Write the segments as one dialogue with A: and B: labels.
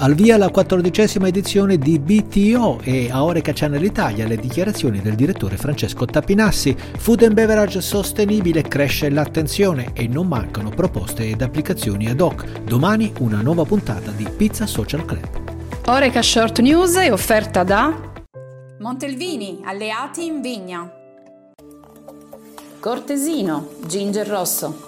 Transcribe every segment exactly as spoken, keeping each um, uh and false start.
A: Al via la quattordicesima edizione di B T O e a Horeca Channel Italia le dichiarazioni del direttore Francesco Tappinassi. Food and beverage sostenibile, cresce l'attenzione e non mancano proposte ed applicazioni ad hoc. Domani una nuova puntata di Pizza Social Club.
B: Horeca Short News è offerta da
C: Montelvini, alleati in vigna. Cortesino, ginger rosso.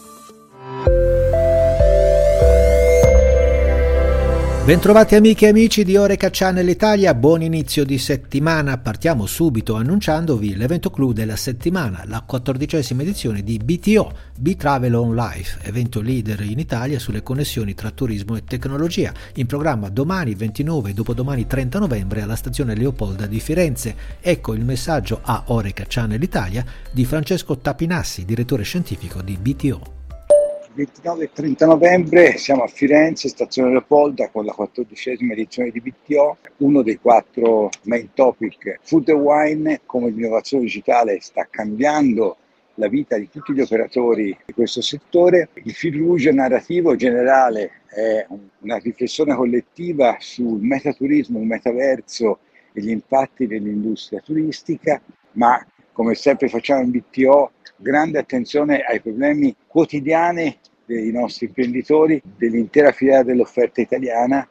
A: Bentrovati amiche e amici di Horeca Channel Italia, buon inizio di settimana. Partiamo subito annunciandovi l'evento clou della settimana, la quattordicesima edizione di B T O, B-Travel on Life, evento leader in Italia sulle connessioni tra turismo e tecnologia, in programma domani ventinove e dopodomani trenta novembre alla stazione Leopolda di Firenze. Ecco il messaggio a Horeca Channel Italia di Francesco Tappinassi, direttore scientifico di B T O.
D: ventinove e trenta novembre siamo a Firenze, stazione Leopolda, con la quattordicesima edizione di B T O. Uno dei quattro main topic, Food and Wine, come l'innovazione digitale sta cambiando la vita di tutti gli operatori di questo settore. Il fil rouge narrativo generale è una riflessione collettiva sul metaturismo, il metaverso e gli impatti dell'industria turistica, ma come sempre facciamo in B T O, grande attenzione ai problemi quotidiani dei nostri imprenditori, dell'intera filiera dell'offerta italiana,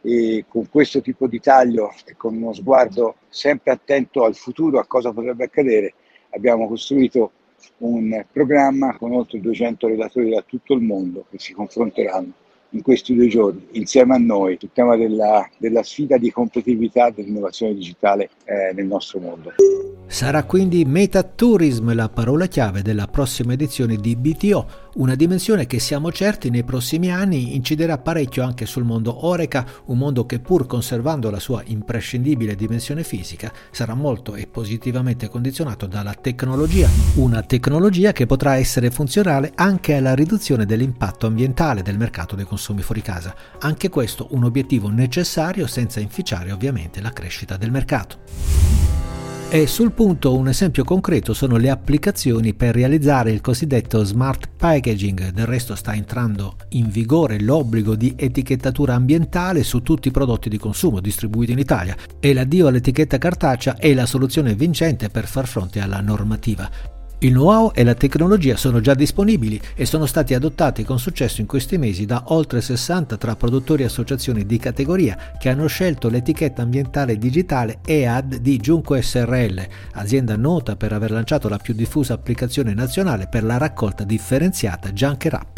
D: e con questo tipo di taglio e con uno sguardo sempre attento al futuro, a cosa potrebbe accadere, abbiamo costruito un programma con oltre duecento relatori da tutto il mondo che si confronteranno in questi due giorni insieme a noi sul tema della, della sfida di competitività dell'innovazione digitale eh, nel nostro mondo.
A: Sarà quindi Metatourism la parola chiave della prossima edizione di B T O, una dimensione che siamo certi nei prossimi anni inciderà parecchio anche sul mondo Horeca, un mondo che pur conservando la sua imprescindibile dimensione fisica sarà molto e positivamente condizionato dalla tecnologia, una tecnologia che potrà essere funzionale anche alla riduzione dell'impatto ambientale del mercato dei consumi fuori casa. Anche questo un obiettivo necessario senza inficiare ovviamente la crescita del mercato. E sul punto un esempio concreto sono le applicazioni per realizzare il cosiddetto smart packaging. Del resto sta entrando in vigore l'obbligo di etichettatura ambientale su tutti i prodotti di consumo distribuiti in Italia e l'addio all'etichetta cartacea è la soluzione vincente per far fronte alla normativa. Il know-how e la tecnologia sono già disponibili e sono stati adottati con successo in questi mesi da oltre sessanta tra produttori e associazioni di categoria che hanno scelto l'etichetta ambientale digitale E A D di Giunco S R L, azienda nota per aver lanciato la più diffusa applicazione nazionale per la raccolta differenziata Junker App.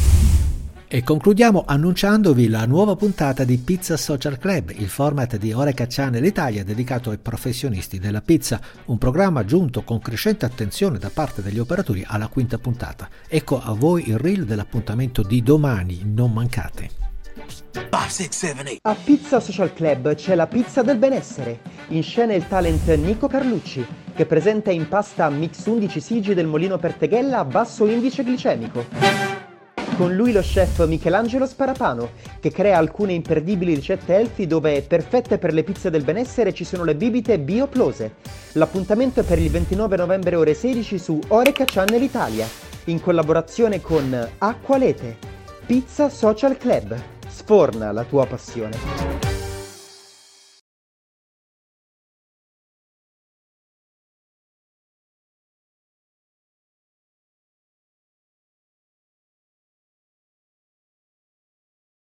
A: E concludiamo annunciandovi la nuova puntata di Pizza Social Club, il format di Horeca Channel Italia dedicato ai professionisti della pizza, un programma giunto con crescente attenzione da parte degli operatori alla quinta puntata. Ecco a voi il reel dell'appuntamento di domani, non mancate.
E: A Pizza Social Club c'è la pizza del benessere. In scena il talent Nico Carlucci, che presenta in pasta mix undici sigi del Molino Perteghella a basso indice glicemico. Con lui lo chef Michelangelo Sparapano, che crea alcune imperdibili ricette healthy dove perfette per le pizze del benessere ci sono le bibite bioplose. L'appuntamento è per il ventinove novembre ore sedici su Horeca Channel Italia, in collaborazione con Acqualete. Pizza Social Club. Sforna la tua passione.